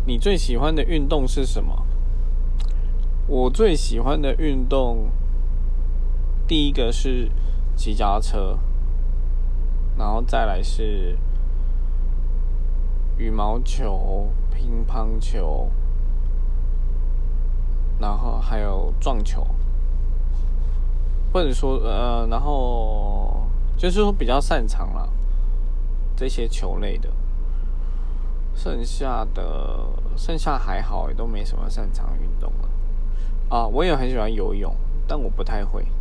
你最喜欢的运动是什么？我最喜欢的运动，第一个是骑脚踏车，然后再来是羽毛球、乒乓球，然后还有撞球。或者说然后就是说比较擅长啦，这些球类的。剩下还好，也都没什么擅长的运动了。啊，我也很喜欢游泳，但我不太会。